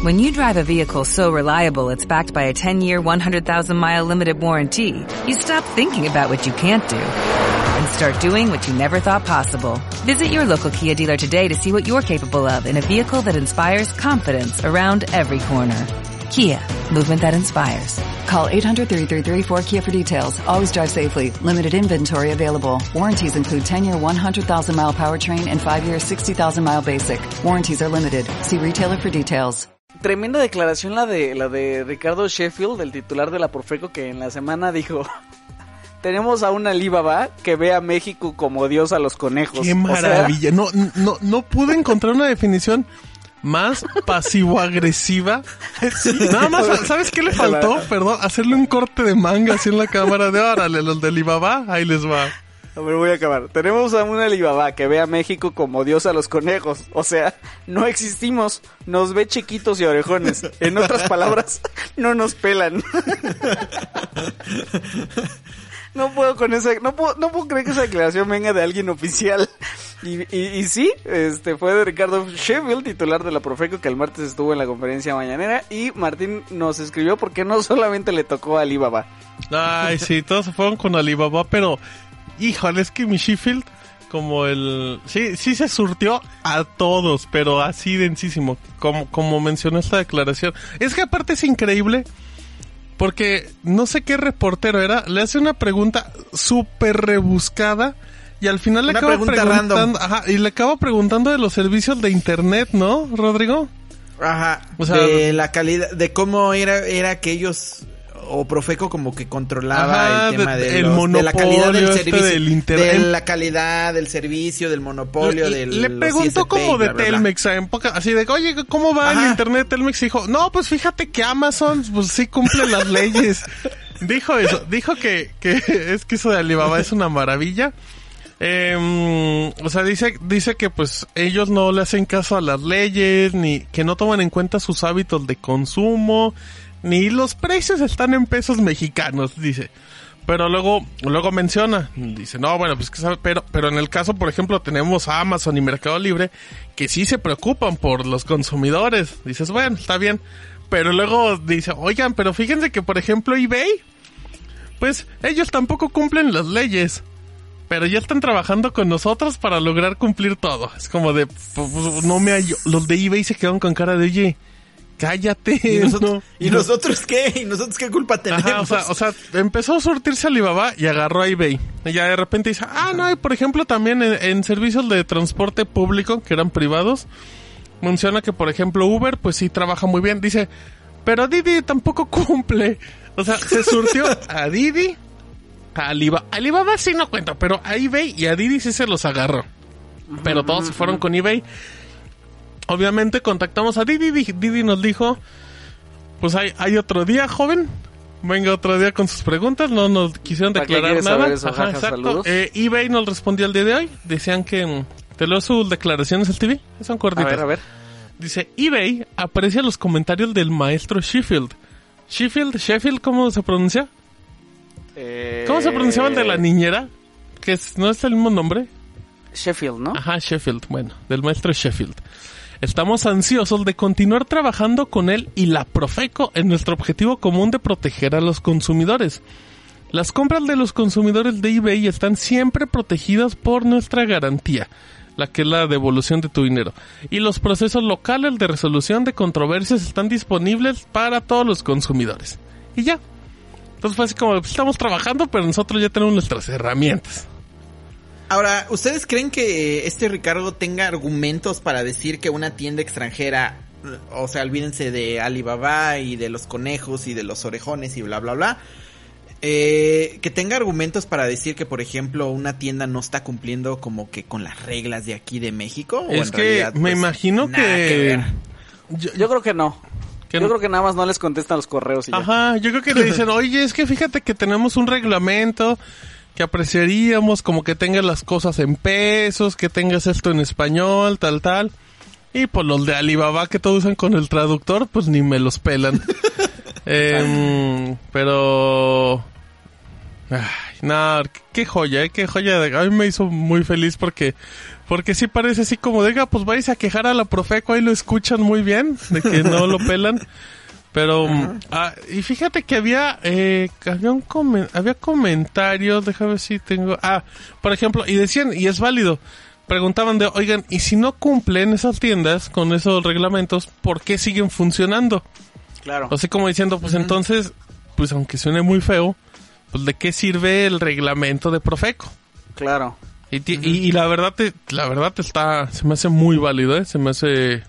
When you drive a vehicle so reliable it's backed by a 10-year, 100,000-mile limited warranty, you stop thinking about what you can't do and start doing what you never thought possible. Visit your local Kia dealer today to see what you're capable of in a vehicle that inspires confidence around every corner. Kia, movement that inspires. Call 800-3334-KIA for details. Always drive safely. Limited inventory available. Warranties include 10-year, 100,000-mile powertrain and 5-year, 60,000-mile basic. Warranties are limited. See retailer for details. Tremenda declaración la de Ricardo Sheffield, el titular de la Profeco, que en la semana dijo: tenemos a una Alibaba que ve a México como Dios a los conejos. ¡Qué maravilla! O sea, no pude encontrar una definición más pasivo-agresiva. Sí. Nada más, ¿sabes qué le faltó? Perdón, hacerle un corte de manga así en la cámara de órale, los de Alibaba, ahí les va. A ver, voy a acabar. Tenemos a una Alibaba que ve a México como Dios a los conejos. O sea, no existimos. Nos ve chiquitos y orejones. En otras palabras, no nos pelan. No puedo con esa, no puedo creer que esa declaración venga de alguien oficial. Y sí, fue de Ricardo Sheffield, titular de la Profeco, que el martes estuvo en la conferencia mañanera. Y Martín nos escribió porque no solamente le tocó a Alibaba. Ay, sí, todos se fueron con Alibaba, pero híjole, es que mi Sheffield, como sí se surtió a todos, pero así densísimo, como mencionó esta declaración. Es que aparte es increíble, porque no sé qué reportero era, le hace una pregunta súper rebuscada y al final le acaba preguntando, y le acaba preguntando de los servicios de internet, ¿no, Rodrigo? Ajá, o sea, de la calidad, de cómo era que ellos, o Profeco, como que controlaba el tema de la calidad del servicio, del internet, de la calidad del servicio, del monopolio, le preguntó como de Telmex, en poca, así de, oye, ¿cómo va el internet Telmex? Y dijo, no, pues fíjate que Amazon, pues sí cumple las leyes. Dijo eso, dijo que es que eso de Alibaba es una maravilla. O sea, dice que pues ellos no le hacen caso a las leyes, ni que no toman en cuenta sus hábitos de consumo, ni los precios están en pesos mexicanos, dice. Pero luego menciona, dice, no, bueno, pues que sabe, pero en el caso, por ejemplo, tenemos a Amazon y Mercado Libre que sí se preocupan por los consumidores. Dices, bueno, está bien. Pero luego dice, oigan, pero fíjense que, por ejemplo, eBay, pues ellos tampoco cumplen las leyes, pero ya están trabajando con nosotros para lograr cumplir todo. Es como de, pues, no me hallo. Los de eBay se quedan con cara de, oye, cállate. ¿Y nosotros qué? ¿Y nosotros qué culpa tenemos? Ajá, o sea, empezó a surtirse Alibaba y agarró a eBay. Y ya de repente dice, no, y por ejemplo también en servicios de transporte público, que eran privados, menciona que por ejemplo Uber, pues sí trabaja muy bien. Dice, pero Didi tampoco cumple. O sea, se surtió a Didi, a Alibaba. Alibaba sí no cuenta, pero a eBay y a Didi sí se los agarró. Pero todos se fueron con eBay. Obviamente contactamos a Didi. Didi nos dijo, pues hay otro día, joven. Venga otro día con sus preguntas. No nos quisieron declarar nada. Ajá, exacto. eBay nos respondió el día de hoy. Decían que... ¿Te leo sus declaraciones al TV? Son cortitas. A ver. Dice, eBay aprecia los comentarios del maestro Sheffield. Sheffield, ¿cómo se pronuncia? ¿Cómo se pronunciaba el de la niñera? Que ¿no es el mismo nombre? Sheffield, ¿no? Ajá, Sheffield. Bueno, del maestro Sheffield. Estamos ansiosos de continuar trabajando con él y la Profeco en nuestro objetivo común de proteger a los consumidores. Las compras de los consumidores de eBay están siempre protegidas por nuestra garantía, la que es la devolución de tu dinero. Y los procesos locales de resolución de controversias están disponibles para todos los consumidores. Y ya. Entonces fue así como, estamos trabajando, pero nosotros ya tenemos nuestras herramientas. Ahora, ¿ustedes creen que Ricardo tenga argumentos para decir que una tienda extranjera, o sea, olvídense de Alibaba y de los conejos y de los orejones y bla, bla, bla, que tenga argumentos para decir que, por ejemplo, una tienda no está cumpliendo como que con las reglas de aquí de México? Es en que realidad, me imagino que yo creo que no. Yo creo que nada más no les contestan los correos y ya. Ajá, yo creo que le dicen, oye, es que fíjate que tenemos un reglamento que apreciaríamos como que tengas las cosas en pesos, que tengas esto en español, tal. Y pues los de Alibaba que todos usan con el traductor, pues ni me los pelan. Pero... Ay, no, qué joya, a mí me hizo muy feliz porque Porque sí parece así como, diga, pues vais a quejar a la Profeco, ahí lo escuchan muy bien, de que no lo pelan. Pero, y fíjate que había comentarios, déjame ver si tengo, por ejemplo, y decían, y es válido, preguntaban de, oigan, y si no cumplen esas tiendas con esos reglamentos, ¿por qué siguen funcionando? Claro. Así como diciendo, pues entonces, pues aunque suene muy feo, pues ¿de qué sirve el reglamento de Profeco? Claro. Y la verdad se me hace muy válido, se me hace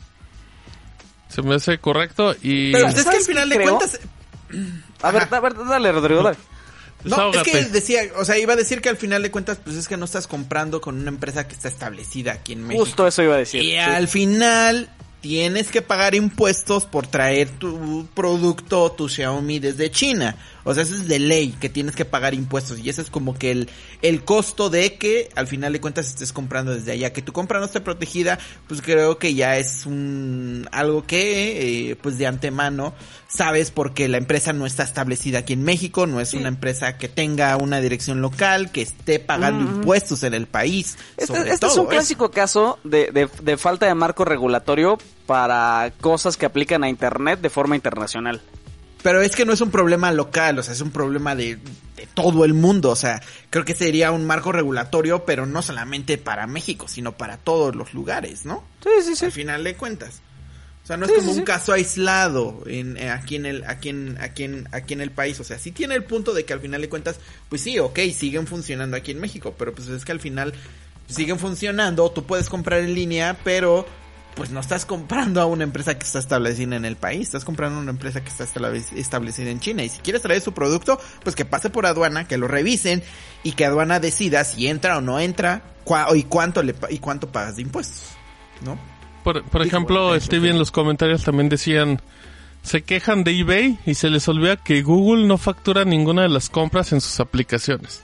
correcto y... Pero es que al final de cuentas... A ver, dale, Rodrigo, dale. No, es que decía, o sea, iba a decir que al final de cuentas, pues es que no estás comprando con una empresa que está establecida aquí en México. Justo eso iba a decir. Y al final tienes que pagar impuestos por traer tu producto, tu Xiaomi desde China. O sea, eso es de ley, que tienes que pagar impuestos. Y ese es como que el costo de que al final de cuentas estés comprando desde allá. Que tu compra no esté protegida, pues creo que ya es algo que, pues de antemano sabes, porque la empresa no está establecida aquí en México, no es una empresa que tenga una dirección local, que esté pagando impuestos en el país. Este es un clásico caso de falta de marco regulatorio para cosas que aplican a Internet de forma internacional. Pero es que no es un problema local, o sea, es un problema de todo el mundo. O sea, creo que sería un marco regulatorio, pero no solamente para México, sino para todos los lugares, ¿no? Sí. Al final de cuentas. O sea, no es como un caso aislado aquí en el país. O sea, sí tiene el punto de que al final de cuentas, pues sí, siguen funcionando aquí en México, pero pues es que al final siguen funcionando. Tú puedes comprar en línea, pero pues no estás comprando a una empresa que está establecida en el país, estás comprando a una empresa que está establecida en China. Y si quieres traer su producto, pues que pase por aduana, que lo revisen y que aduana decida si entra o no entra y cuánto pagas de impuestos, ¿no? Por ejemplo, Stevie, en los comentarios también decían, se quejan de eBay y se les olvida que Google no factura ninguna de las compras en sus aplicaciones.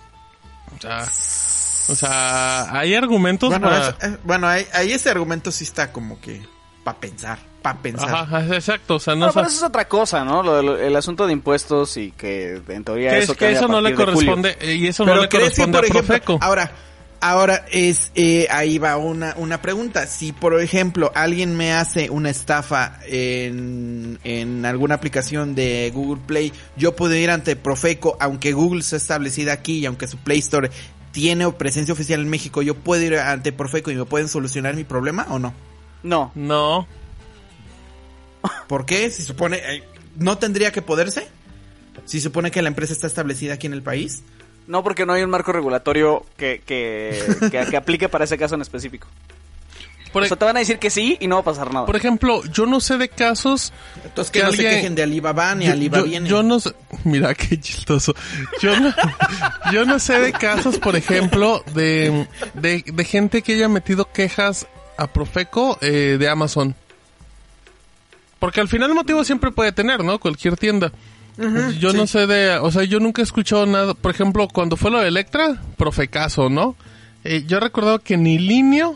O sea, hay argumentos ahí ese argumento sí está como que para pensar. Ajá, exacto, o sea, pero eso es otra cosa, ¿no? El asunto de impuestos y que en teoría eso que eso no le corresponde y eso no le corresponde a Profeco. Ahora ahí va una pregunta. Si por ejemplo alguien me hace una estafa en alguna aplicación de Google Play, yo puedo ir ante Profeco, aunque Google sea establecida aquí y aunque su Play Store tiene presencia oficial en México, yo puedo ir ante Profeco y me pueden solucionar mi problema o no? No. ¿Por qué? Si supone, ¿no tendría que poderse? Si supone que la empresa está establecida aquí en el país. No, porque no hay un marco regulatorio que aplique para ese caso en específico. O sea, te van a decir que sí y no va a pasar nada. Por ejemplo, yo no sé de casos... Entonces que no se quejen de Alibaba ni Alibaba viene. Yo no sé... Mira, qué chistoso. Yo no sé de casos, por ejemplo, de gente que haya metido quejas a Profeco de Amazon. Porque al final el motivo siempre puede tener, ¿no? Cualquier tienda. Yo no sé o sea, yo nunca he escuchado nada. Por ejemplo, cuando fue lo de Electra, Profecaso, ¿no? Yo he recordado que ni Linio,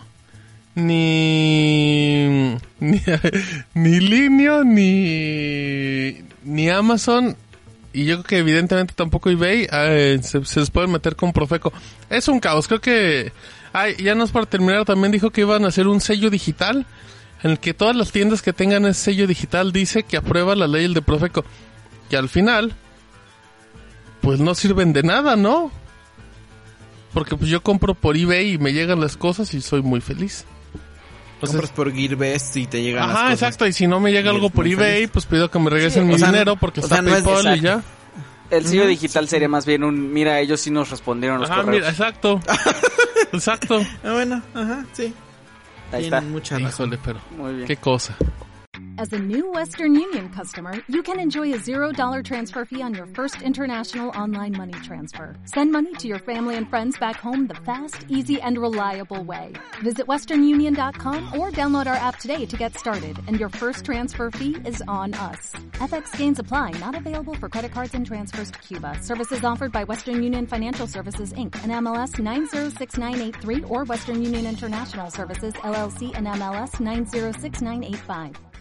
ni Linio, ni Amazon, y yo creo que evidentemente tampoco eBay, se les pueden meter con Profeco. Es un caos, creo que... ya no es para terminar, también dijo que iban a hacer un sello digital, en el que todas las tiendas que tengan ese sello digital dice que aprueba la ley de Profeco. Que al final, pues no sirven de nada, ¿no? Porque pues yo compro por eBay y me llegan las cosas y soy muy feliz. Compras por Gearbest y te llegan las cosas. Ajá, exacto. Y si no me llega algo por eBay, feliz, pues pido que me regresen mi dinero porque está PayPal y ya. El sello digital sería más bien mira, ellos sí nos respondieron los correos. Mira, exacto. Exacto. Bueno, sí. Ahí está. Mucha razón. Híjole, pero muy bien. Qué cosa. As a new Western Union customer, you can enjoy a $0 transfer fee on your first international online money transfer. Send money to your family and friends back home the fast, easy, and reliable way. Visit westernunion.com or download our app today to get started, and your first transfer fee is on us. FX gains apply, not available for credit cards and transfers to Cuba. Services offered by Western Union Financial Services, Inc., and MLS 906983, or Western Union International Services, LLC, and MLS 906985.